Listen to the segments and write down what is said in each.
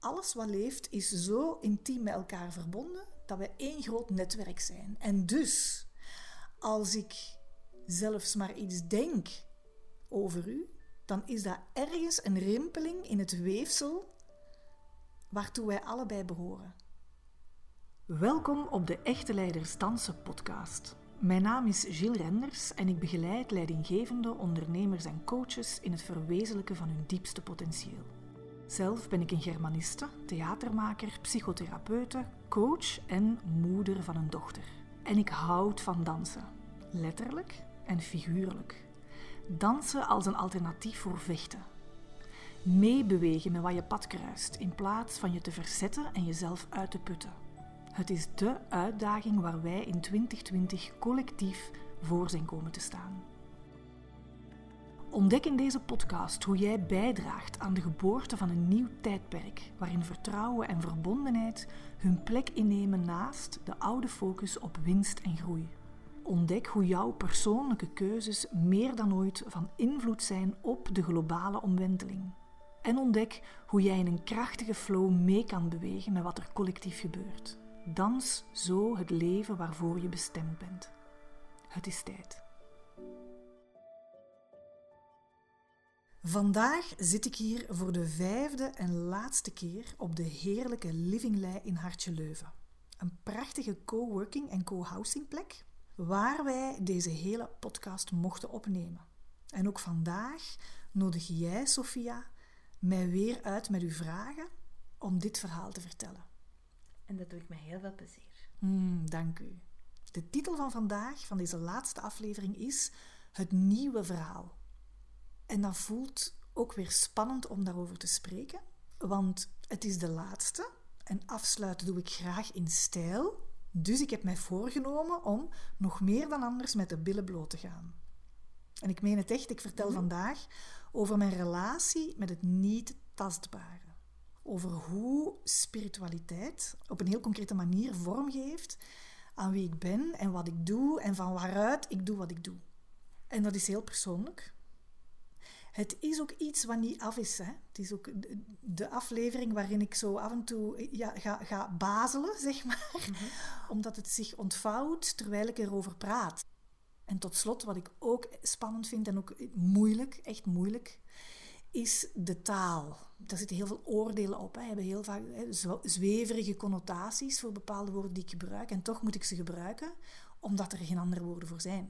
alles wat leeft is zo intiem met elkaar verbonden dat wij één groot netwerk zijn. En dus, als ik zelfs maar iets denk over u, dan is dat ergens een rimpeling in het weefsel waartoe wij allebei behoren. Welkom op de Echte Leiders Dansen podcast. Mijn naam is Gilles Renders en ik begeleid leidinggevende, ondernemers en coaches in het verwezenlijken van hun diepste potentieel. Zelf ben ik een Germaniste, theatermaker, psychotherapeute, coach en moeder van een dochter. En ik houd van dansen, letterlijk en figuurlijk. Dansen als een alternatief voor vechten. Meebewegen met wat je pad kruist, in plaats van je te verzetten en jezelf uit te putten. Het is dé uitdaging waar wij in 2020 collectief voor zijn komen te staan. Ontdek in deze podcast hoe jij bijdraagt aan de geboorte van een nieuw tijdperk, waarin vertrouwen en verbondenheid hun plek innemen naast de oude focus op winst en groei. Ontdek hoe jouw persoonlijke keuzes meer dan ooit van invloed zijn op de globale omwenteling. En ontdek hoe jij in een krachtige flow mee kan bewegen met wat er collectief gebeurt. Dans zo het leven waarvoor je bestemd bent. Het is tijd. Vandaag zit ik hier voor de 5e en laatste keer op de heerlijke Livinglei in Hartje Leuven. Een prachtige coworking en co-housing plek waar wij deze hele podcast mochten opnemen. En ook vandaag nodig jij, Sophia, mij weer uit met uw vragen om dit verhaal te vertellen. En dat doe ik met heel veel plezier. Dank u. De titel van vandaag, van deze laatste aflevering, is Het Nieuwe Verhaal. En dat voelt ook weer spannend om daarover te spreken, want het is de laatste en afsluiten doe ik graag in stijl. Dus ik heb mij voorgenomen om nog meer dan anders met de billen bloot te gaan. En ik meen het echt, ik vertel vandaag over mijn relatie met het niet tastbare. Over hoe spiritualiteit op een heel concrete manier vormgeeft aan wie ik ben en wat ik doe en van waaruit ik doe wat ik doe. En dat is heel persoonlijk. Het is ook iets wat niet af is. Hè? Het is ook de aflevering waarin ik zo af en toe ga bazelen, zeg maar. Omdat het zich ontvouwt terwijl ik erover praat. En tot slot, wat ik ook spannend vind en ook moeilijk, echt moeilijk, is de taal. Daar zitten heel veel oordelen op. Hè. Hebben heel vaak zweverige connotaties voor bepaalde woorden die ik gebruik. En toch moet ik ze gebruiken, omdat er geen andere woorden voor zijn.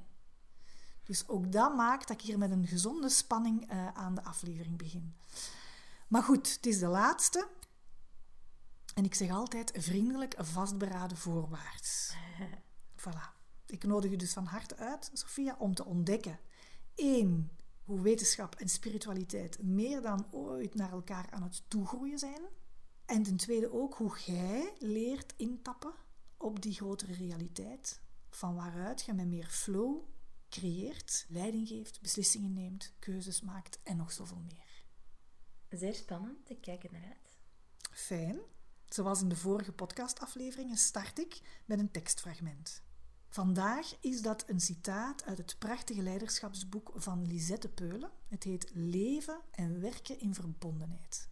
Dus ook dat maakt dat ik hier met een gezonde spanning aan de aflevering begin. Maar goed, het is de laatste. En ik zeg altijd vriendelijk, vastberaden, voorwaarts. Voilà. Ik nodig u dus van harte uit, Sophia, om te ontdekken. 1. Hoe wetenschap en spiritualiteit meer dan ooit naar elkaar aan het toegroeien zijn. En ten tweede ook hoe jij leert intappen op die grotere realiteit. Van waaruit je met meer flow creëert, leiding geeft, beslissingen neemt, keuzes maakt en nog zoveel meer. Zeer spannend, ik kijk er naar uit. Fijn. Zoals in de vorige podcastafleveringen start ik met een tekstfragment. Vandaag is dat een citaat uit het prachtige leiderschapsboek van Lisette Peulen. Het heet Leven en werken in verbondenheid.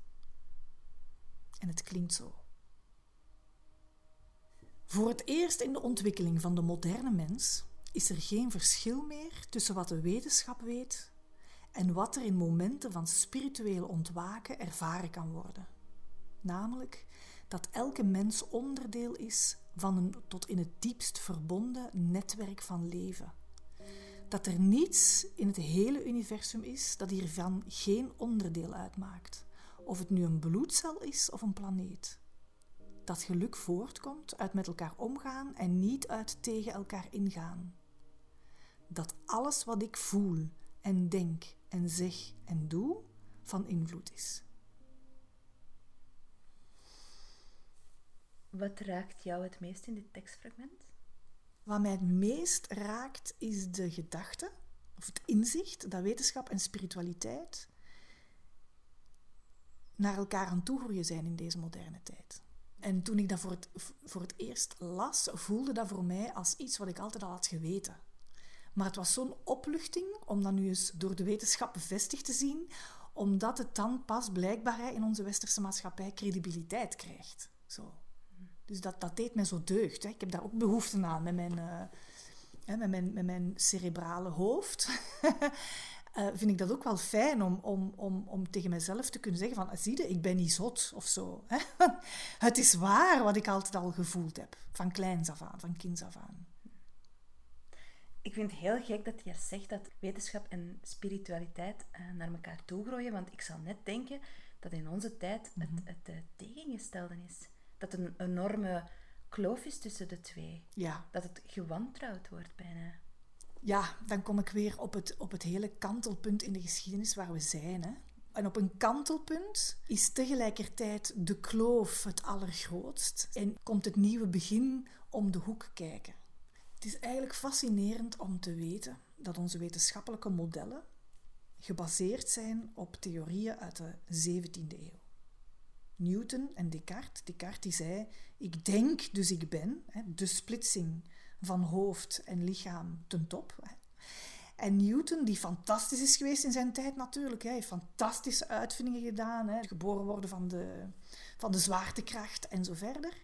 En het klinkt zo. Voor het eerst in de ontwikkeling van de moderne mens is er geen verschil meer tussen wat de wetenschap weet en wat er in momenten van spiritueel ontwaken ervaren kan worden. Namelijk dat elke mens onderdeel is van een tot in het diepst verbonden netwerk van leven. Dat er niets in het hele universum is dat hiervan geen onderdeel uitmaakt. Of het nu een bloedcel is of een planeet. Dat geluk voortkomt uit met elkaar omgaan en niet uit tegen elkaar ingaan. Dat alles wat ik voel en denk en zeg en doe van invloed is. Wat raakt jou het meest in dit tekstfragment? Wat mij het meest raakt is de gedachte, of het inzicht, dat wetenschap en spiritualiteit naar elkaar aan toegroeien zijn in deze moderne tijd. En toen ik dat voor het eerst las, voelde dat voor mij als iets wat ik altijd al had geweten. Maar het was zo'n opluchting om dat nu eens door de wetenschap bevestigd te zien, Omdat het dan pas blijkbaar in onze westerse maatschappij credibiliteit krijgt. Zo. Dus dat deed mij zo deugd. Hè. Ik heb daar ook behoefte aan met mijn cerebrale hoofd. Vind ik dat ook wel fijn om tegen mezelf te kunnen zeggen van, zie je, ik ben niet zot of zo. Hè? Het is waar wat ik altijd al gevoeld heb. Van kleins af aan, van kinds af aan. Ik vind het heel gek dat je zegt dat wetenschap en spiritualiteit naar elkaar toe groeien, want ik zal net denken dat in onze tijd het tegengestelde is. Dat er een enorme kloof is tussen de twee. Ja. Dat het gewantrouwd wordt bijna. Ja, dan kom ik weer op het hele kantelpunt in de geschiedenis waar we zijn. Hè? En op een kantelpunt is tegelijkertijd de kloof het allergrootst en komt het nieuwe begin om de hoek kijken. Het is eigenlijk fascinerend om te weten dat onze wetenschappelijke modellen gebaseerd zijn op theorieën uit de 17e eeuw. Newton en Descartes. Descartes die zei, ik denk, dus ik ben. De splitsing van hoofd en lichaam ten top. En Newton, die fantastisch is geweest in zijn tijd natuurlijk. Hij heeft fantastische uitvindingen gedaan. Geboren worden van de zwaartekracht en zo verder.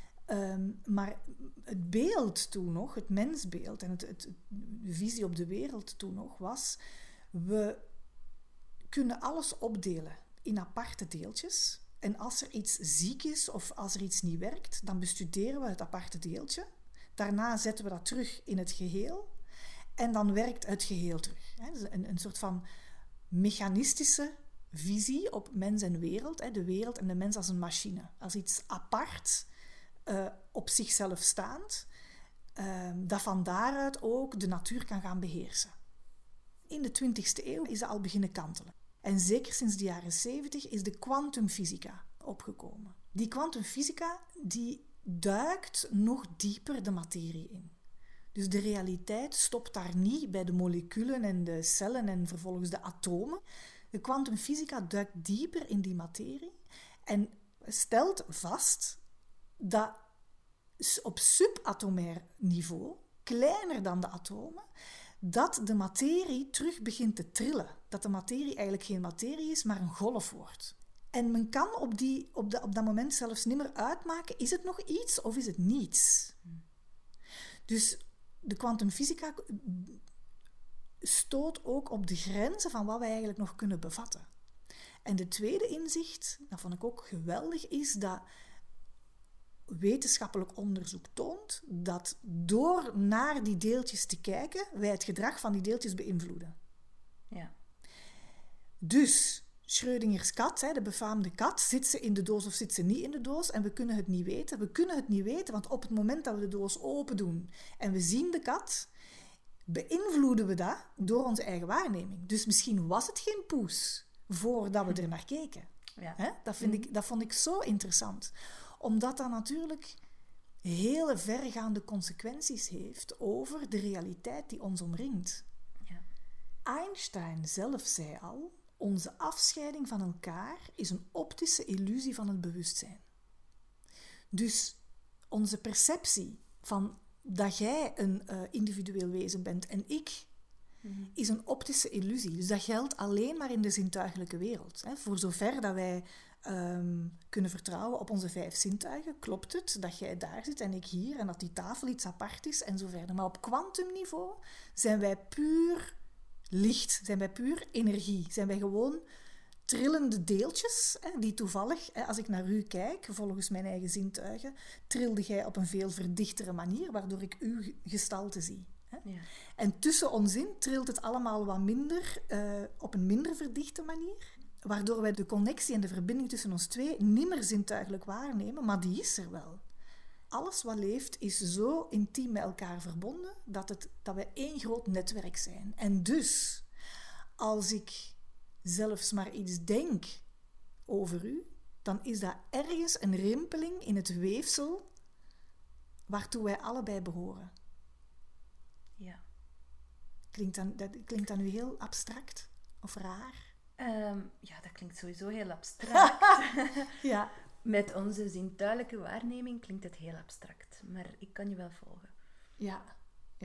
Maar het beeld toen nog, het mensbeeld en de visie op de wereld toen nog was, we kunnen alles opdelen in aparte deeltjes. En als er iets ziek is of als er iets niet werkt, dan bestuderen we het aparte deeltje. Daarna zetten we dat terug in het geheel en dan werkt het geheel terug. Dus een soort van mechanistische visie op mens en wereld. De wereld en de mens als een machine. Als iets apart, op zichzelf staand, dat van daaruit ook de natuur kan gaan beheersen. In de 20e eeuw is dat al beginnen kantelen. En zeker sinds de jaren 70 is de kwantumfysica opgekomen. Die kwantumfysica die duikt nog dieper de materie in. Dus de realiteit stopt daar niet bij de moleculen en de cellen en vervolgens de atomen. De kwantumfysica duikt dieper in die materie en stelt vast dat op subatomair niveau, kleiner dan de atomen, dat de materie terug begint te trillen. Dat de materie eigenlijk geen materie is, maar een golf wordt. En men kan op dat moment zelfs niet meer uitmaken, is het nog iets of is het niets? Dus de kwantumfysica stoot ook op de grenzen van wat wij eigenlijk nog kunnen bevatten. En de tweede inzicht, dat vond ik ook geweldig, is dat wetenschappelijk onderzoek toont dat door naar die deeltjes te kijken, wij het gedrag van die deeltjes beïnvloeden. Ja. Dus Schrödingers kat, de befaamde kat, zit ze in de doos of zit ze niet in de doos? En we kunnen het niet weten. We kunnen het niet weten, want op het moment dat we de doos open doen en we zien de kat, beïnvloeden we dat door onze eigen waarneming. Dus misschien was het geen poes voordat we er naar keken. Ja. Dat vond ik zo interessant. Omdat dat natuurlijk hele vergaande consequenties heeft over de realiteit die ons omringt. Ja. Einstein zelf zei al, onze afscheiding van elkaar is een optische illusie van het bewustzijn. Dus onze perceptie van dat jij een individueel wezen bent en ik, is een optische illusie. Dus dat geldt alleen maar in de zintuigelijke wereld. Voor zover dat wij kunnen vertrouwen op onze 5 zintuigen, klopt het dat jij daar zit en ik hier en dat die tafel iets apart is en zo verder. Maar op kwantumniveau zijn wij puur licht, zijn wij puur energie, zijn wij gewoon trillende deeltjes, die toevallig, als ik naar u kijk, volgens mijn eigen zintuigen, trilde jij op een veel verdichtere manier, waardoor ik uw gestalte zie. Ja. En tussen ons in trilt het allemaal wat minder, op een minder verdichte manier, waardoor wij de connectie en de verbinding tussen ons twee niet meer zintuigelijk waarnemen, maar die is er wel. Alles wat leeft is zo intiem met elkaar verbonden dat wij één groot netwerk zijn. En dus, als ik zelfs maar iets denk over u, dan is dat ergens een rimpeling in het weefsel waartoe wij allebei behoren. Ja. Klinkt dat nu heel abstract of raar? Ja, dat klinkt sowieso heel abstract. Ja. Met onze zintuigelijke waarneming klinkt het heel abstract, maar ik kan je wel volgen. Ja.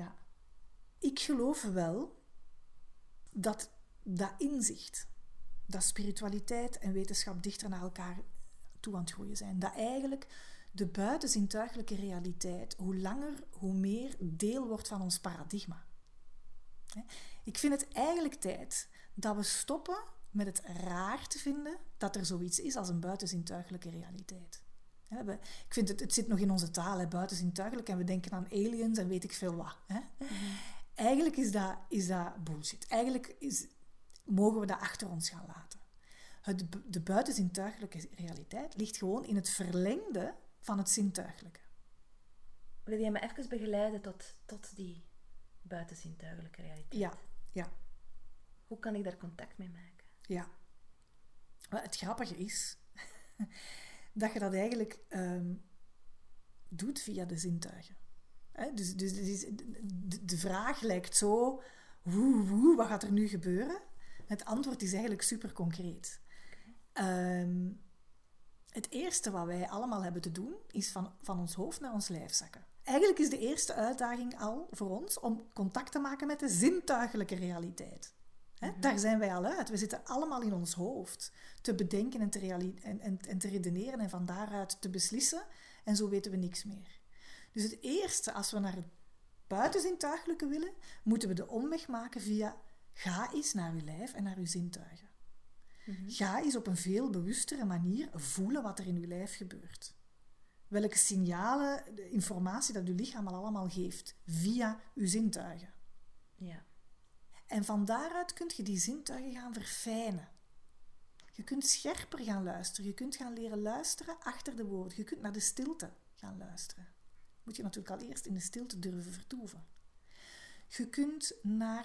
Ik geloof wel dat inzicht, dat spiritualiteit en wetenschap dichter naar elkaar toe aan het groeien zijn. Dat eigenlijk de buitenzintuigelijke realiteit hoe langer, hoe meer deel wordt van ons paradigma. Ik vind het eigenlijk tijd dat we stoppen met het raar te vinden dat er zoiets is als een buitenzintuigelijke realiteit. Ik vind het zit nog in onze taal, buitenzintuigelijk, en we denken aan aliens en weet ik veel wat. Eigenlijk is dat bullshit. Eigenlijk mogen we dat achter ons gaan laten. De buitenzintuigelijke realiteit ligt gewoon in het verlengde van het zintuiglijke. Wil jij me even begeleiden tot die buitenzintuigelijke realiteit? Ja. Hoe kan ik daar contact mee maken? Ja. Het grappige is dat je dat eigenlijk doet via de zintuigen. Dus de vraag lijkt zo, wat gaat er nu gebeuren? Het antwoord is eigenlijk super concreet. Het eerste wat wij allemaal hebben te doen, is van ons hoofd naar ons lijf zakken. Eigenlijk is de eerste uitdaging al voor ons om contact te maken met de zintuigelijke realiteit. Daar zijn wij al uit. We zitten allemaal in ons hoofd te bedenken en te redeneren en van daaruit te beslissen. En zo weten we niks meer. Dus het eerste, als we naar het buitenzintuigelijke willen, moeten we de omweg maken via ga eens naar uw lijf en naar uw zintuigen. Ga eens op een veel bewustere manier voelen wat er in uw lijf gebeurt. Welke signalen, de informatie dat uw lichaam al allemaal geeft via uw zintuigen. Ja. En van daaruit kun je die zintuigen gaan verfijnen. Je kunt scherper gaan luisteren. Je kunt gaan leren luisteren achter de woorden. Je kunt naar de stilte gaan luisteren. Moet je natuurlijk al eerst in de stilte durven vertoeven. Je kunt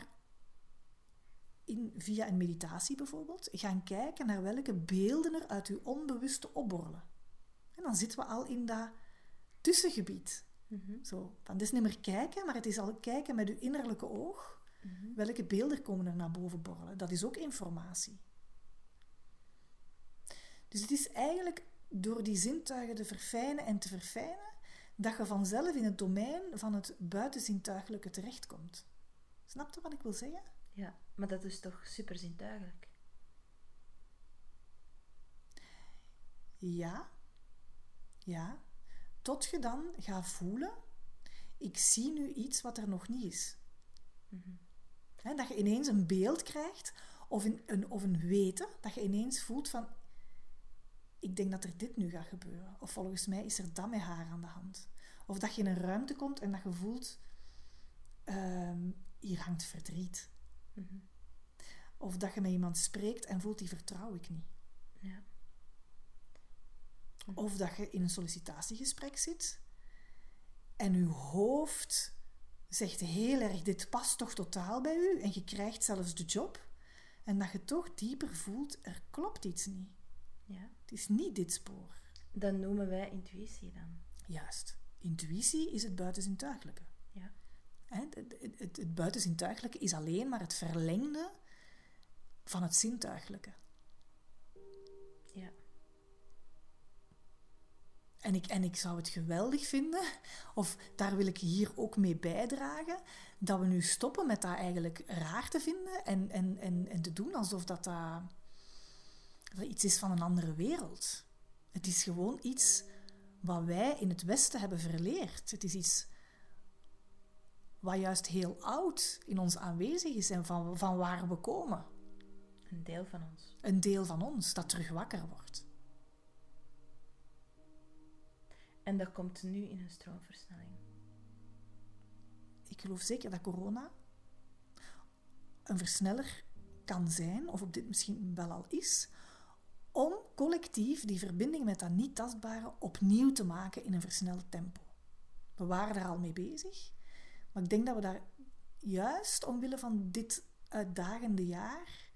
via een meditatie bijvoorbeeld gaan kijken naar welke beelden er uit je onbewuste opborrelen. En dan zitten we al in dat tussengebied. Zo, het is niet meer kijken, maar het is al kijken met je innerlijke oog. Welke beelden komen er naar boven borrelen? Dat is ook informatie. Dus het is eigenlijk door die zintuigen te verfijnen en te verfijnen, dat je vanzelf in het domein van het buitenzintuigelijke terechtkomt. Snap je wat ik wil zeggen? Ja, maar dat is toch super zintuigelijk? Ja. Tot je dan gaat voelen, ik zie nu iets wat er nog niet is. Dat je ineens een beeld krijgt, of een weten, dat je ineens voelt van, ik denk dat er dit nu gaat gebeuren. Of volgens mij is er dat met haar aan de hand. Of dat je in een ruimte komt en dat je voelt, hier hangt verdriet. Of dat je met iemand spreekt en voelt, die vertrouw ik niet. Ja. Of dat je in een sollicitatiegesprek zit en je hoofd zegt heel erg, dit past toch totaal bij u, en je krijgt zelfs de job, en dat je toch dieper voelt, er klopt iets niet. Ja. Het is niet dit spoor. Dat noemen wij intuïtie dan. Juist. Intuïtie is het buitenzintuigelijke. Ja. Het buitenzintuigelijke is alleen maar het verlengde van het zintuigelijke. Ja. En ik zou het geweldig vinden, of daar wil ik hier ook mee bijdragen, dat we nu stoppen met dat eigenlijk raar te vinden en te doen alsof dat iets is van een andere wereld. Het is gewoon iets wat wij in het Westen hebben verleerd. Het is iets wat juist heel oud in ons aanwezig is en van waar we komen. Een deel van ons. Een deel van ons dat terug wakker wordt. En dat komt nu in een stroomversnelling. Ik geloof zeker dat corona een versneller kan zijn, of op dit misschien wel al is, om collectief die verbinding met dat niet tastbare opnieuw te maken in een versneld tempo. We waren daar al mee bezig, maar ik denk dat we daar juist omwille van dit uitdagende jaar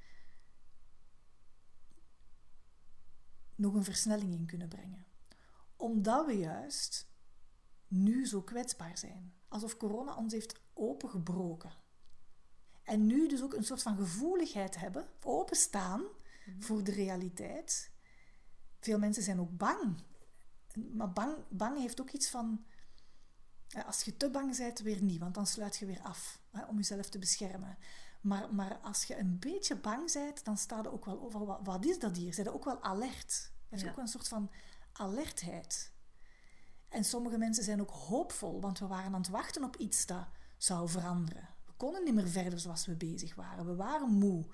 nog een versnelling in kunnen brengen. Omdat we juist nu zo kwetsbaar zijn. Alsof corona ons heeft opengebroken. En nu dus ook een soort van gevoeligheid hebben, openstaan voor de realiteit. Veel mensen zijn ook bang. Maar bang heeft ook iets van, als je te bang bent, weer niet, want dan sluit je weer af om jezelf te beschermen. Maar als je een beetje bang bent, dan staat er ook wel over, wat is dat hier? Zijn er ook wel alert? Er is ook wel een soort van alertheid. En sommige mensen zijn ook hoopvol, want we waren aan het wachten op iets dat zou veranderen. We konden niet meer verder zoals we bezig waren. We waren moe.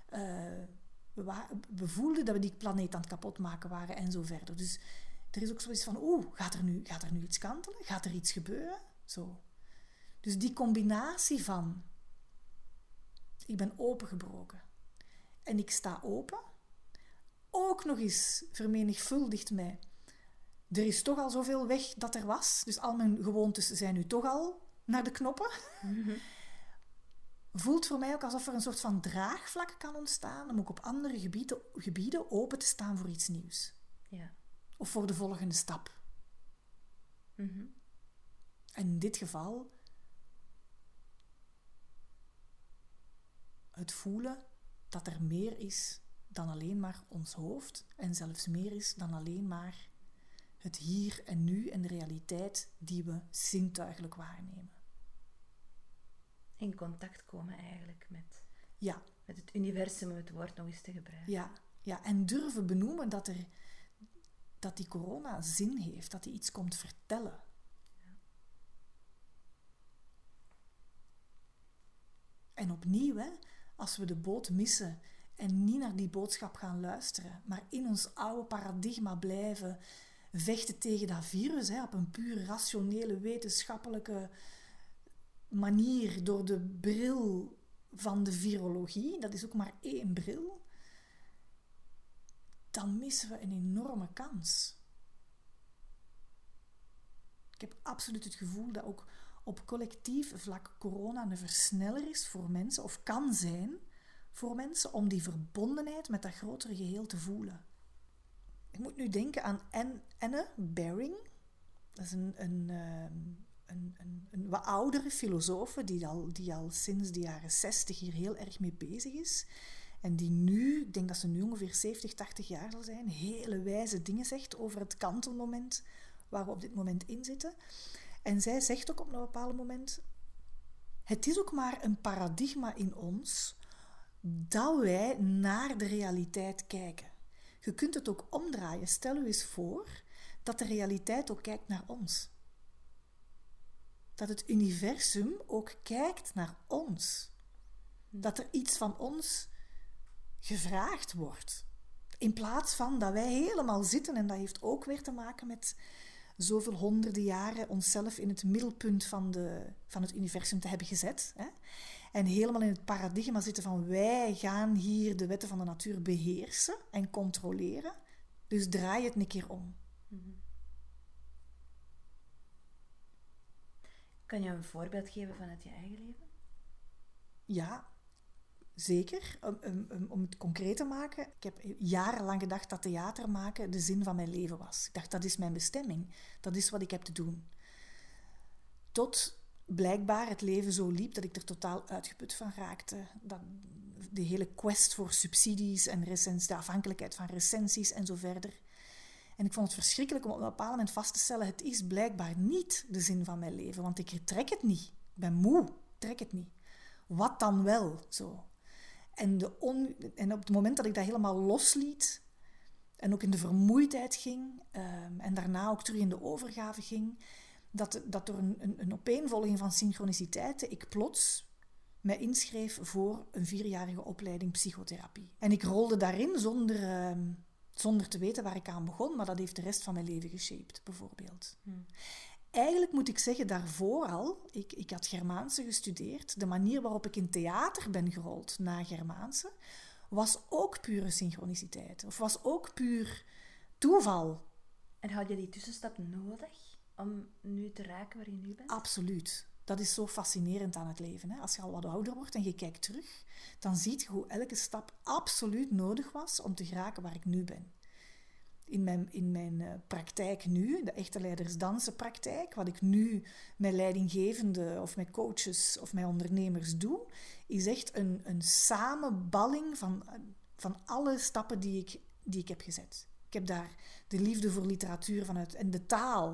We voelden dat we die planeet aan het kapotmaken waren en zo verder. Dus er is ook zoiets van, gaat er nu iets kantelen? Gaat er iets gebeuren? Zo. Dus die combinatie van, ik ben opengebroken en ik sta open, ook nog eens vermenigvuldigd mij. Er is toch al zoveel weg dat er was, dus al mijn gewoontes zijn nu toch al naar de knoppen. Mm-hmm. Voelt voor mij ook alsof er een soort van draagvlak kan ontstaan om ook op andere gebieden open te staan voor iets nieuws. Ja. Of voor de volgende stap. Mm-hmm. En in dit geval het voelen dat er meer is dan alleen maar ons hoofd en zelfs meer is dan alleen maar het hier en nu en de realiteit die we zintuigelijk waarnemen. In contact komen eigenlijk met Ja. Met het universum, om het woord nog eens te gebruiken. Ja, en durven benoemen dat die corona zin heeft, dat die iets komt vertellen. Ja. En opnieuw, hè, als we de boot missen en niet naar die boodschap gaan luisteren, maar in ons oude paradigma blijven vechten tegen dat virus, hè, op een puur rationele, wetenschappelijke manier, door de bril van de virologie, dat is ook maar één bril, dan missen we een enorme kans. Ik heb absoluut het gevoel dat ook op collectief vlak corona een versneller is voor mensen, of kan zijn voor mensen, om die verbondenheid met dat grotere geheel te voelen. Ik moet nu denken aan Anne Baring. Dat is een wat oudere filosoof die al sinds de jaren 60 hier heel erg mee bezig is. En die nu, ik denk dat ze nu ongeveer 70, 80 jaar zal zijn, hele wijze dingen zegt over het kantelmoment waar we op dit moment in zitten. En zij zegt ook op een bepaald moment, het is ook maar een paradigma in ons dat wij naar de realiteit kijken. Je kunt het ook omdraaien. Stel u eens voor dat de realiteit ook kijkt naar ons. Dat het universum ook kijkt naar ons. Dat er iets van ons gevraagd wordt. In plaats van dat wij helemaal zitten, en dat heeft ook weer te maken met zoveel honderden jaren onszelf in het middelpunt van het universum te hebben gezet. Hè? En helemaal in het paradigma zitten van wij gaan hier de wetten van de natuur beheersen en controleren. Dus draai het een keer om. Mm-hmm. Kan je een voorbeeld geven vanuit je eigen leven? Ja, zeker. Om het concreet te maken. Ik heb jarenlang gedacht dat theater maken de zin van mijn leven was. Ik dacht, dat is mijn bestemming. Dat is wat ik heb te doen. Tot blijkbaar het leven zo liep dat ik er totaal uitgeput van raakte. De hele quest voor subsidies en de afhankelijkheid van recensies en zo verder. En ik vond het verschrikkelijk om op een bepaald moment vast te stellen, het is blijkbaar niet de zin van mijn leven, want ik trek het niet. Ik ben moe, ik trek het niet. Wat dan wel? Zo. En op het moment dat ik dat helemaal losliet, en ook in de vermoeidheid ging, en daarna ook terug in de overgave ging, dat door een opeenvolging van synchroniciteiten ik plots mij inschreef voor een 4-jarige opleiding psychotherapie. En ik rolde daarin zonder te weten waar ik aan begon, maar dat heeft de rest van mijn leven geshaped, bijvoorbeeld. Eigenlijk moet ik zeggen, daarvoor al, ik had Germaanse gestudeerd, de manier waarop ik in theater ben gerold na Germaanse, was ook pure synchroniciteit, of was ook puur toeval. En had je die tussenstap nodig om nu te raken waar je nu bent? Absoluut. Dat is zo fascinerend aan het leven. Hè? Als je al wat ouder wordt en je kijkt terug, dan zie je hoe elke stap absoluut nodig was om te geraken waar ik nu ben. In mijn praktijk nu, de echte leidersdansenpraktijk, wat ik nu met leidinggevenden of met coaches of met ondernemers doe, is echt een samenballing van alle stappen die ik heb gezet. Ik heb daar de liefde voor literatuur en de taal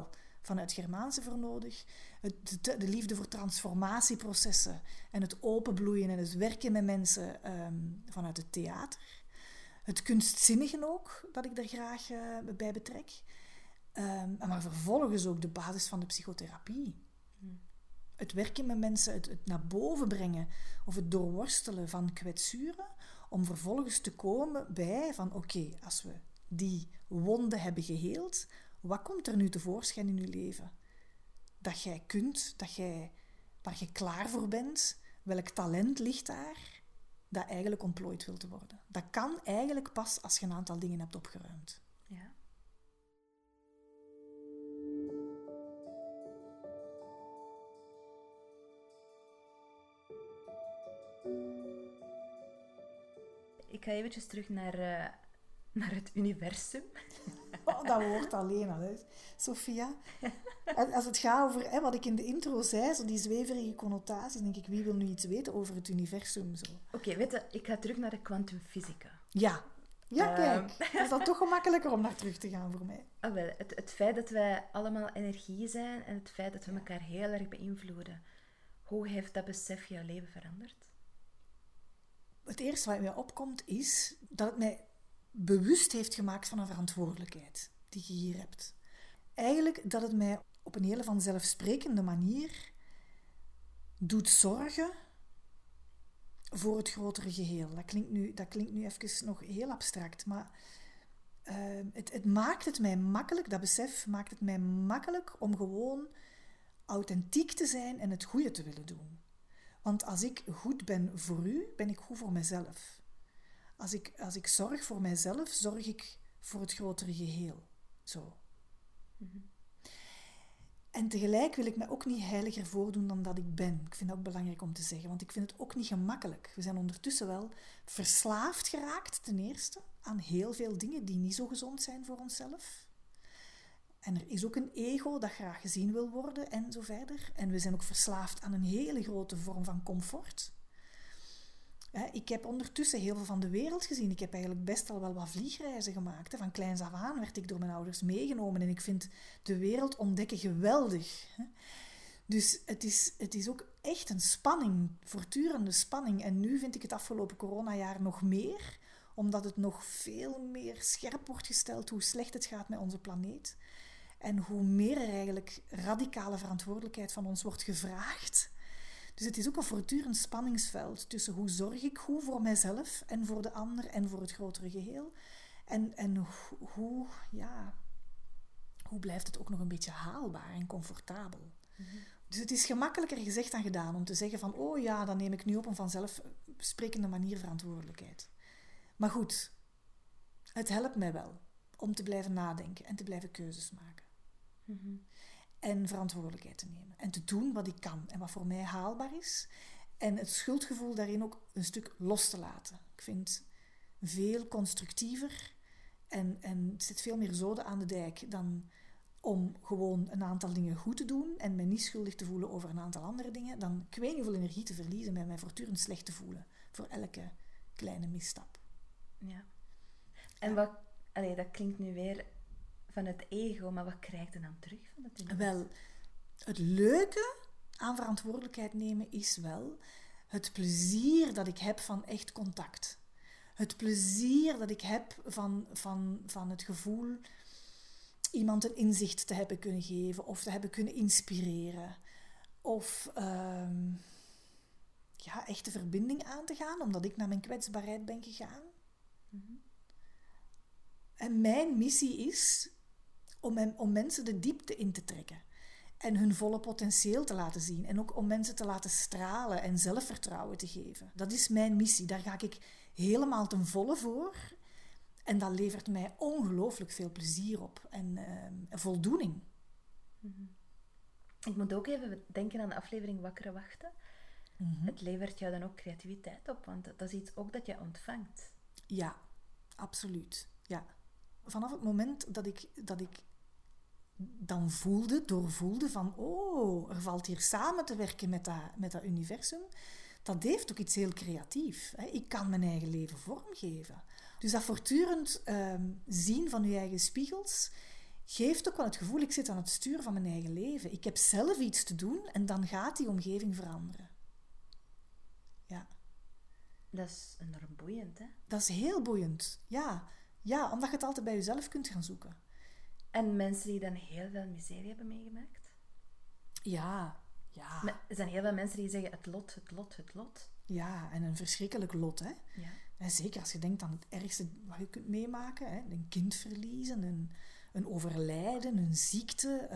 vanuit Germaanse vernodig. De liefde voor transformatieprocessen en het openbloeien en het werken met mensen vanuit het theater. Het kunstzinnige ook, dat ik er graag bij betrek. Maar vervolgens ook de basis van de psychotherapie. Het werken met mensen, het naar boven brengen of het doorworstelen van kwetsuren, om vervolgens te komen bij van oké, als we die wonden hebben geheeld, wat komt er nu tevoorschijn in je leven? Dat jij kunt, waar je klaar voor bent, welk talent ligt daar, dat eigenlijk ontplooid wil te worden. Dat kan eigenlijk pas als je een aantal dingen hebt opgeruimd. Ja. Ik ga eventjes terug naar het universum. Oh, dat woord alleen al, hè. Sophia. Als het gaat over wat ik in de intro zei, zo die zweverige connotaties, denk ik, wie wil nu iets weten over het universum? Oké, weet je, ik ga terug naar de kwantumfysica. Ja, kijk. Dat is dan toch gemakkelijker om naar terug te gaan voor mij. Wel, het feit dat wij allemaal energie zijn en het feit dat we elkaar heel erg beïnvloeden. Hoe heeft dat besef jouw leven veranderd? Het eerste wat mij opkomt is dat het mij bewust heeft gemaakt van een verantwoordelijkheid die je hier hebt. Eigenlijk dat het mij op een hele vanzelfsprekende manier doet zorgen voor het grotere geheel. Dat klinkt nu even nog heel abstract, maar het maakt het mij makkelijk, dat besef maakt het mij makkelijk om gewoon authentiek te zijn en het goede te willen doen. Want als ik goed ben voor u, ben ik goed voor mezelf. Als ik zorg voor mijzelf, zorg ik voor het grotere geheel. Zo. Mm-hmm. En tegelijk wil ik me ook niet heiliger voordoen dan dat ik ben. Ik vind dat ook belangrijk om te zeggen, want ik vind het ook niet gemakkelijk. We zijn ondertussen wel verslaafd geraakt, ten eerste, aan heel veel dingen die niet zo gezond zijn voor onszelf. En er is ook een ego dat graag gezien wil worden en zo verder. En we zijn ook verslaafd aan een hele grote vorm van comfort. Ik heb ondertussen heel veel van de wereld gezien. Ik heb eigenlijk best al wel wat vliegreizen gemaakt. Van kleins af aan werd ik door mijn ouders meegenomen. En ik vind de wereld ontdekken geweldig. Dus het is ook echt een spanning, voortdurende spanning. En nu vind ik het afgelopen coronajaar nog meer, omdat het nog veel meer scherp wordt gesteld hoe slecht het gaat met onze planeet. En hoe meer er eigenlijk radicale verantwoordelijkheid van ons wordt gevraagd. Dus het is ook een voortdurend spanningsveld tussen hoe zorg ik goed voor mijzelf en voor de ander en voor het grotere geheel. En hoe blijft het ook nog een beetje haalbaar en comfortabel. Mm-hmm. Dus het is gemakkelijker gezegd dan gedaan om te zeggen van oh ja, dan neem ik nu op een vanzelfsprekende manier verantwoordelijkheid. Maar goed, het helpt mij wel om te blijven nadenken en te blijven keuzes maken. Mm-hmm. En verantwoordelijkheid te nemen. En te doen wat ik kan en wat voor mij haalbaar is. En het schuldgevoel daarin ook een stuk los te laten. Ik vind het veel constructiever en het zit veel meer zoden aan de dijk dan om gewoon een aantal dingen goed te doen en me niet schuldig te voelen over een aantal andere dingen, dan ik weet niet hoeveel energie te verliezen en mij voortdurend slecht te voelen voor elke kleine misstap. Ja. En dat klinkt nu weer van het ego, maar wat krijg je dan terug van het universum? Wel, het leuke aan verantwoordelijkheid nemen is wel het plezier dat ik heb van echt contact. Het plezier dat ik heb van het gevoel iemand een inzicht te hebben kunnen geven of te hebben kunnen inspireren. Of echt de verbinding aan te gaan, omdat ik naar mijn kwetsbaarheid ben gegaan. Mm-hmm. En mijn missie is om mensen de diepte in te trekken. En hun volle potentieel te laten zien. En ook om mensen te laten stralen en zelfvertrouwen te geven. Dat is mijn missie. Daar ga ik helemaal ten volle voor. En dat levert mij ongelooflijk veel plezier op. En voldoening. Mm-hmm. Ik moet ook even denken aan de aflevering Wakker Wachten. Mm-hmm. Het levert jou dan ook creativiteit op. Want dat is iets ook dat je ontvangt. Ja, absoluut. Ja. Vanaf het moment dat ik dan doorvoelde van er valt hier samen te werken met dat universum, dat heeft ook iets heel creatiefs. Ik kan mijn eigen leven vormgeven. Dus dat voortdurend zien van je eigen spiegels geeft ook wel het gevoel, ik zit aan het stuur van mijn eigen leven. Ik heb zelf iets te doen en dan gaat die omgeving veranderen. Ja. Dat is enorm boeiend, hè? Dat is heel boeiend. Ja, omdat je het altijd bij jezelf kunt gaan zoeken. En mensen die dan heel veel miserie hebben meegemaakt? Ja. Maar er zijn heel veel mensen die zeggen het lot. Ja, en een verschrikkelijk lot, hè. Ja. En zeker als je denkt aan het ergste wat je kunt meemaken. Hè? Een kind verliezen, een overlijden, een ziekte.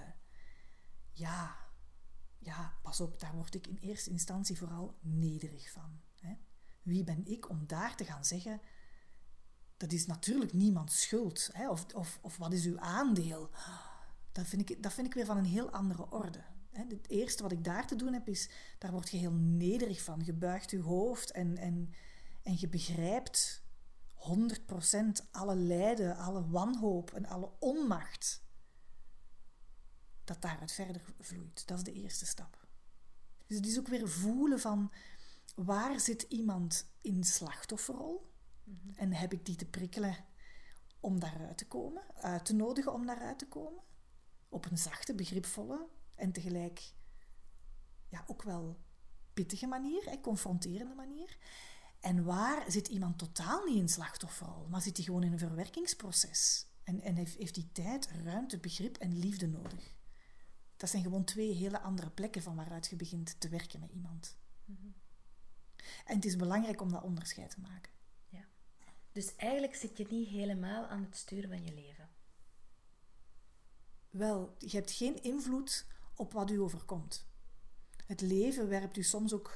Pas op, daar word ik in eerste instantie vooral nederig van. Hè? Wie ben ik om daar te gaan zeggen, dat is natuurlijk niemands schuld. Hè? Of wat is uw aandeel? Dat vind ik weer van een heel andere orde. Hè? Het eerste wat ik daar te doen heb is, daar word je heel nederig van. Je buigt je hoofd en je begrijpt 100% alle lijden, alle wanhoop en alle onmacht dat daaruit verder vloeit. Dat is de eerste stap. Dus het is ook weer voelen van waar zit iemand in slachtofferrol? Mm-hmm. En heb ik die te prikkelen om daaruit te komen? Uit te nodigen om daaruit te komen? Op een zachte, begripvolle en tegelijk ook wel pittige manier, confronterende manier. En waar zit iemand totaal niet in slachtofferrol, maar zit hij gewoon in een verwerkingsproces? En heeft die tijd, ruimte, begrip en liefde nodig? Dat zijn gewoon 2 hele andere plekken van waaruit je begint te werken met iemand. Mm-hmm. En het is belangrijk om dat onderscheid te maken. Ja. Dus eigenlijk zit je niet helemaal aan het sturen van je leven. Wel, je hebt geen invloed op wat u overkomt. Het leven werpt u soms ook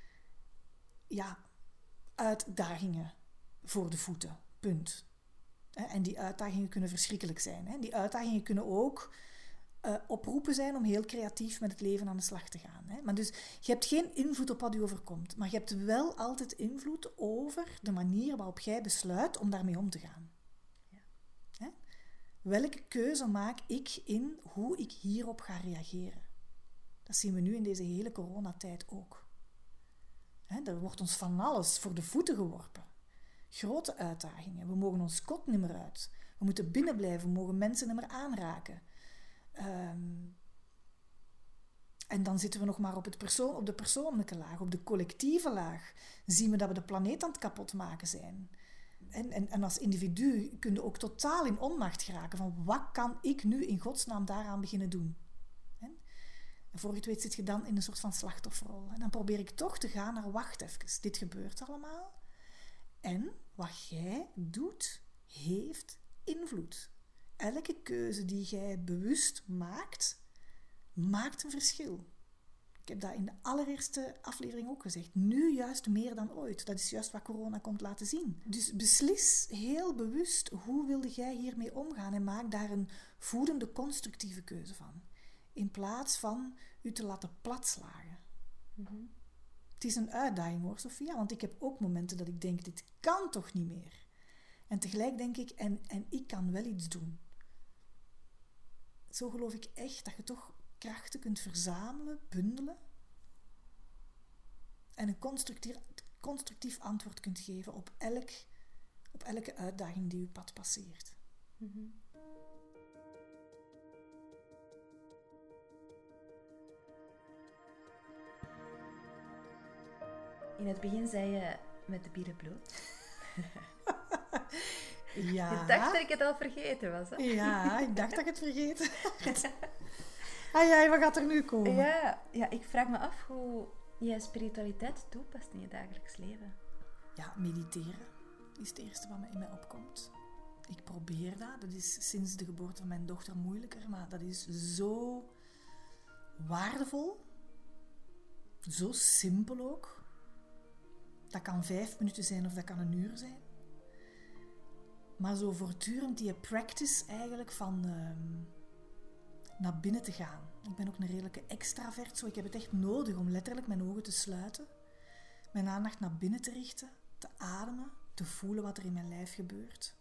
uitdagingen voor de voeten. Punt. En die uitdagingen kunnen verschrikkelijk zijn. Die uitdagingen kunnen ook oproepen zijn om heel creatief met het leven aan de slag te gaan. Maar dus, je hebt geen invloed op wat u overkomt, maar je hebt wel altijd invloed over de manier waarop jij besluit om daarmee om te gaan. Ja. Welke keuze maak ik in hoe ik hierop ga reageren? Dat zien we nu in deze hele coronatijd ook. Er wordt ons van alles voor de voeten geworpen. Grote uitdagingen. We mogen ons kot niet meer uit. We moeten binnen blijven. We mogen mensen niet meer aanraken. En dan zitten we nog maar op de persoonlijke laag. Op de collectieve laag zien we dat we de planeet aan het kapotmaken zijn. En als individu kun je ook totaal in onmacht geraken. Van wat kan ik nu in godsnaam daaraan beginnen doen? En voor je het weet zit je dan in een soort van slachtofferrol. En dan probeer ik toch te gaan naar wacht even. Dit gebeurt allemaal. En wat jij doet, heeft invloed. Elke keuze die jij bewust maakt, maakt een verschil. Ik heb dat in de allereerste aflevering ook gezegd. Nu juist meer dan ooit. Dat is juist wat corona komt laten zien. Dus beslis heel bewust hoe wilde jij hiermee omgaan en maak daar een voedende, constructieve keuze van. In plaats van u te laten platslagen. Mm-hmm. Het is een uitdaging hoor, Sophia, want ik heb ook momenten dat ik denk, dit kan toch niet meer. En tegelijk denk ik, en ik kan wel iets doen. Zo geloof ik echt dat je toch krachten kunt verzamelen, bundelen en een constructief antwoord kunt geven op elke uitdaging die uw pad passeert. Mm-hmm. In het begin zei je met de bieren bloot. Ja. Je dacht dat ik het al vergeten was, hè? Ja, ik dacht dat ik het vergeten had. Ai, wat gaat er nu komen? Ja, ik vraag me af hoe je spiritualiteit toepast in je dagelijks leven. Ja, mediteren is het eerste wat in mij opkomt. Ik probeer dat. Dat is sinds de geboorte van mijn dochter moeilijker, maar dat is zo waardevol. Zo simpel ook. Dat kan 5 minuten zijn of dat kan 1 uur zijn. Maar zo voortdurend die practice eigenlijk van naar binnen te gaan. Ik ben ook een redelijke extravert. Zo. Ik heb het echt nodig om letterlijk mijn ogen te sluiten. Mijn aandacht naar binnen te richten. Te ademen. Te voelen wat er in mijn lijf gebeurt.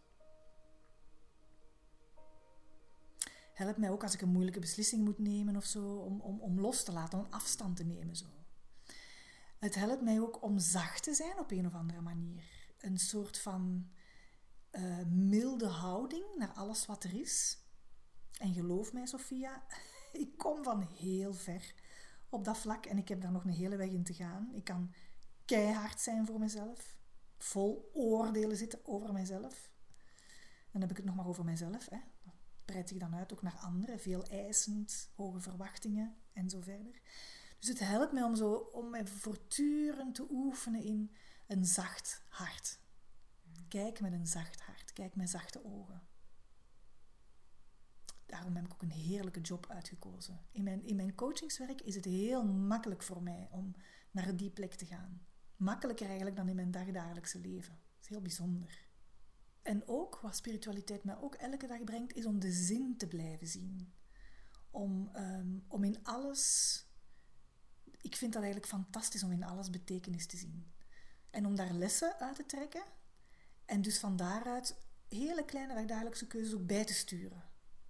Helpt mij ook als ik een moeilijke beslissing moet nemen of zo. Om los te laten, om afstand te nemen zo. Het helpt mij ook om zacht te zijn op een of andere manier. Een soort van milde houding naar alles wat er is. En geloof mij, Sophia, ik kom van heel ver op dat vlak en ik heb daar nog een hele weg in te gaan. Ik kan keihard zijn voor mezelf, vol oordelen zitten over mezelf. Dan heb ik het nog maar over mezelf. Hè. Dat breidt zich dan uit ook naar anderen, veel eisend, hoge verwachtingen en zo verder. Dus het helpt mij om mij voortdurend te oefenen in een zacht hart. Kijk met een zacht hart, kijk met zachte ogen. Daarom heb ik ook een heerlijke job uitgekozen. In mijn coachingswerk is het heel makkelijk voor mij om naar die plek te gaan. Makkelijker eigenlijk dan in mijn dagdagelijkse leven. Dat is heel bijzonder. En ook, wat spiritualiteit mij ook elke dag brengt, is om de zin te blijven zien. Om in alles... Ik vind dat eigenlijk fantastisch om in alles betekenis te zien. En om daar lessen uit te trekken. En dus van daaruit hele kleine dagdagelijkse keuzes ook bij te sturen.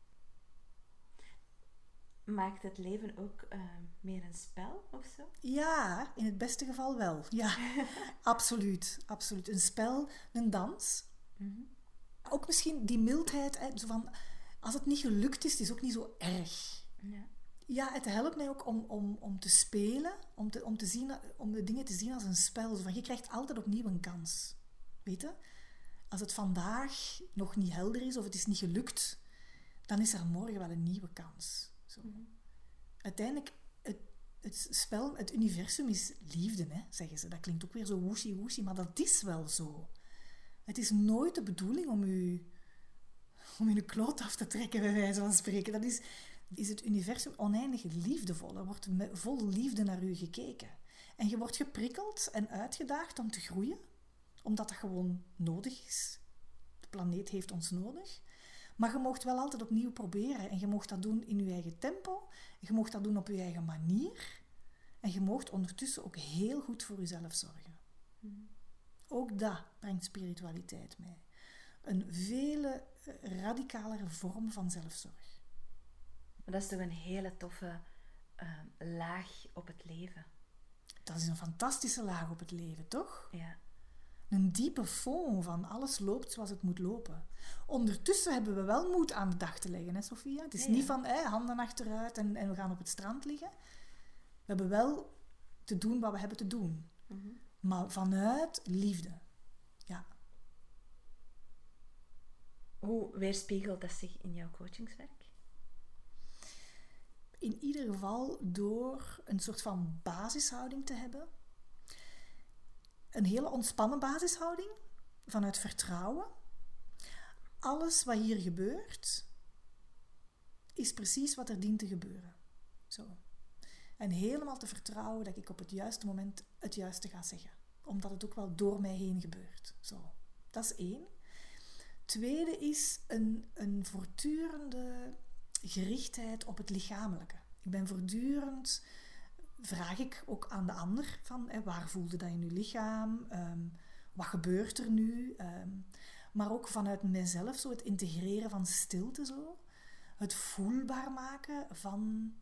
Maakt het leven ook meer een spel of zo? Ja, in het beste geval wel. Ja, absoluut. Absoluut. Een spel, een dans. Mm-hmm. Ook misschien die mildheid. Hè, zo van, als het niet gelukt is, het is ook niet zo erg. Ja. Ja, het helpt mij ook om te spelen, om de dingen te zien als een spel. Zo van, je krijgt altijd opnieuw een kans. Weet je? Als het vandaag nog niet helder is of het is niet gelukt, dan is er morgen wel een nieuwe kans. Zo. Mm-hmm. Uiteindelijk, het spel, het universum is liefde, hè, zeggen ze. Dat klinkt ook weer zo woesie-woesie, maar dat is wel zo. Het is nooit de bedoeling om u een kloot af te trekken, bij wijze van spreken. Dat is het universum oneindig liefdevol. Er wordt vol liefde naar u gekeken. En je wordt geprikkeld en uitgedaagd om te groeien, omdat dat gewoon nodig is. De planeet heeft ons nodig. Maar je mag wel altijd opnieuw proberen. En je mag dat doen in je eigen tempo. Je mag dat doen op je eigen manier. En je mag ondertussen ook heel goed voor jezelf zorgen. Mm. Ook dat brengt spiritualiteit mee. Een vele radicalere vorm van zelfzorg. Maar dat is toch een hele toffe laag op het leven. Dat is een fantastische laag op het leven, toch? Ja. Een diepe fond van alles loopt zoals het moet lopen. Ondertussen hebben we wel moed aan de dag te leggen, hè, Sophia? Het is niet van handen achteruit en we gaan op het strand liggen. We hebben wel te doen wat we hebben te doen. Mm-hmm. Maar vanuit liefde. Ja. Hoe weerspiegelt dat zich in jouw coachingswerk? In ieder geval door een soort van basishouding te hebben. Een hele ontspannen basishouding, vanuit vertrouwen. Alles wat hier gebeurt, is precies wat er dient te gebeuren. Zo. En helemaal te vertrouwen dat ik op het juiste moment het juiste ga zeggen. Omdat het ook wel door mij heen gebeurt. Zo. Dat is 1. Tweede is een voortdurende gerichtheid op het lichamelijke. Ik ben voortdurend... Vraag ik ook aan de ander van waar voelde dat in je lichaam? Wat gebeurt er nu? Maar ook vanuit mezelf zo het integreren van stilte zo. Het voelbaar maken van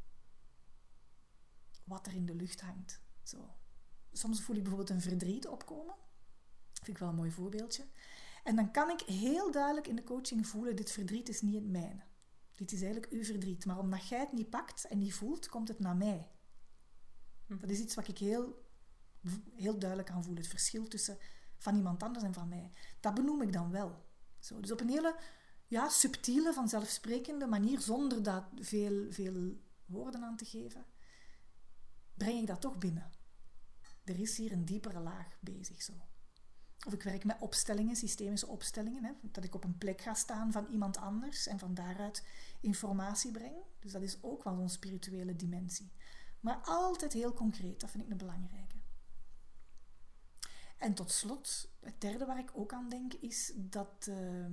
wat er in de lucht hangt. Zo. Soms voel ik bijvoorbeeld een verdriet opkomen. Vind ik wel een mooi voorbeeldje. En dan kan ik heel duidelijk in de coaching voelen, dit verdriet is niet het mijne. Dit is eigenlijk uw verdriet. Maar omdat jij het niet pakt en niet voelt, komt het naar mij. Dat is iets wat ik heel, heel duidelijk kan voelen. Het verschil tussen van iemand anders en van mij. Dat benoem ik dan wel. Zo, dus op een hele subtiele, vanzelfsprekende manier, zonder daar veel woorden aan te geven, breng ik dat toch binnen. Er is hier een diepere laag bezig. Zo. Of ik werk met opstellingen, systemische opstellingen. Hè, dat ik op een plek ga staan van iemand anders en van daaruit informatie breng. Dus dat is ook wel zo'n spirituele dimensie. Maar altijd heel concreet, dat vind ik een belangrijke. En tot slot, het derde waar ik ook aan denk, is dat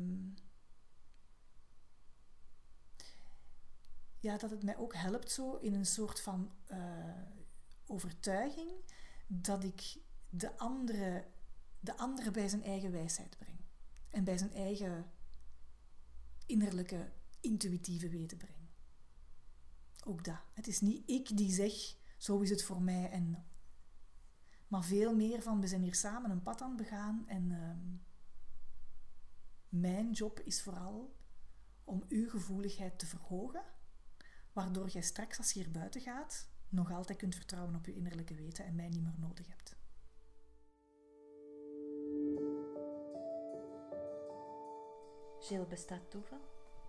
dat het mij ook helpt zo in een soort van overtuiging dat ik de andere bij zijn eigen wijsheid breng. En bij zijn eigen innerlijke, intuïtieve weten breng. Ook dat. Het is niet ik die zeg, zo is het voor mij. Maar veel meer van, we zijn hier samen een pad aan het begaan. En mijn job is vooral om uw gevoeligheid te verhogen, waardoor jij straks als je hier buiten gaat, nog altijd kunt vertrouwen op je innerlijke weten en mij niet meer nodig hebt. Gilles, bestaat toeval?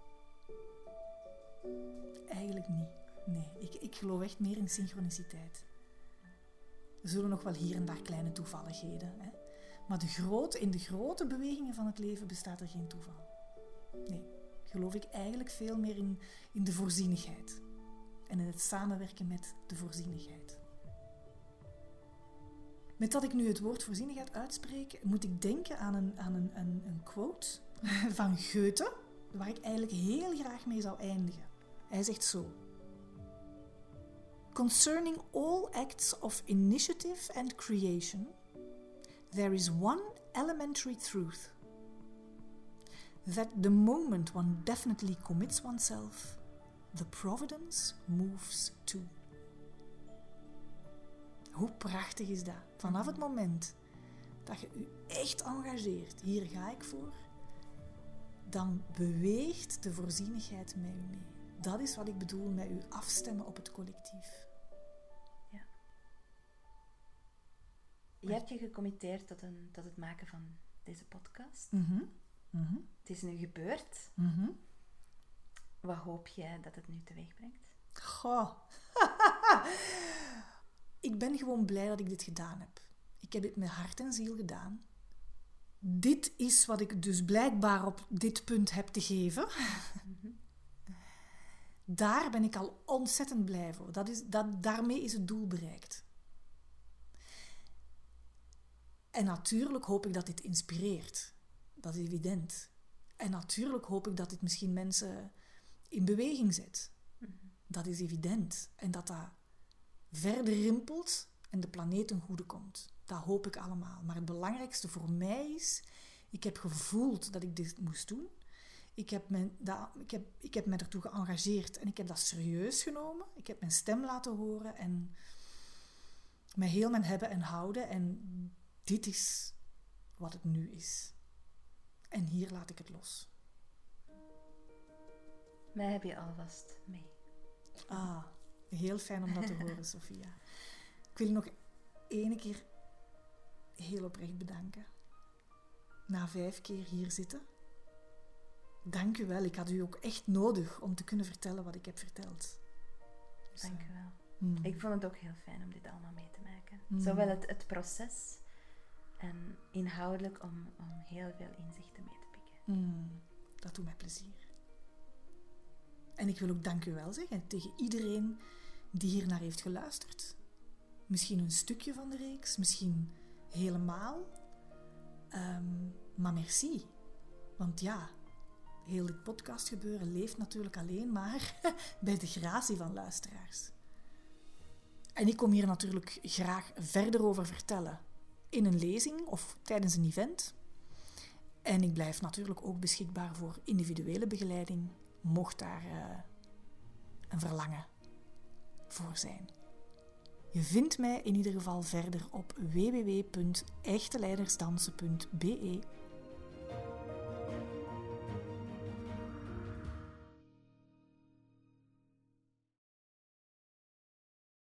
Eigenlijk niet. Nee, ik geloof echt meer in synchroniciteit. Er zullen nog wel hier en daar kleine toevalligheden. Hè? Maar in de grote bewegingen van het leven bestaat er geen toeval. Nee, geloof ik eigenlijk veel meer in de voorzienigheid. En in het samenwerken met de voorzienigheid. Met dat ik nu het woord voorzienigheid uitspreek, moet ik denken aan een quote van Goethe, waar ik eigenlijk heel graag mee zou eindigen. Hij zegt zo: Concerning all acts of initiative and creation, there is one elementary truth. That the moment one definitely commits oneself, the providence moves too. Hoe prachtig is dat? Vanaf het moment dat je je echt engageert, hier ga ik voor, dan beweegt de voorzienigheid met u mee. Dat is wat ik bedoel met u afstemmen op het collectief. Ja. Je hebt je gecommitteerd tot het maken van deze podcast. Het is nu gebeurd. Wat hoop jij dat het nu teweeg brengt? Goh. Ik ben gewoon blij dat ik dit gedaan heb. Ik heb dit met hart en ziel gedaan. Dit is wat ik dus blijkbaar op dit punt heb te geven. Daar ben ik al ontzettend blij voor. Daarmee is het doel bereikt. En natuurlijk hoop ik dat dit inspireert. Dat is evident. En natuurlijk hoop ik dat dit misschien mensen in beweging zet. Dat is evident. En dat dat verder rimpelt en de planeet ten goede komt. Dat hoop ik allemaal. Maar het belangrijkste voor mij is, ik heb gevoeld dat ik dit moest doen. Ik heb me ertoe geëngageerd en ik heb dat serieus genomen. Ik heb mijn stem laten horen en met heel mijn hebben en houden. En dit is wat het nu is. En hier laat ik het los. Mij heb je alvast mee. Ah, heel fijn om dat te horen, Sophia. Ik wil je nog 1 keer heel oprecht bedanken. Na 5 keer hier zitten. Dank u wel. Ik had u ook echt nodig om te kunnen vertellen wat ik heb verteld. Dus, dank u wel. Ik vond het ook heel fijn om dit allemaal mee te maken. Zowel het proces en inhoudelijk om heel veel inzichten mee te pikken. Dat doet mij plezier. En ik wil ook dank u wel zeggen tegen iedereen die hier naar heeft geluisterd. Misschien een stukje van de reeks, misschien helemaal. Maar merci. Want ja, heel dit podcastgebeuren leeft natuurlijk alleen maar bij de gratie van luisteraars. En ik kom hier natuurlijk graag verder over vertellen. In een lezing of tijdens een event. En ik blijf natuurlijk ook beschikbaar voor individuele begeleiding, mocht daar een verlangen voor zijn. Je vindt mij in ieder geval verder op www.echteleidersdansen.be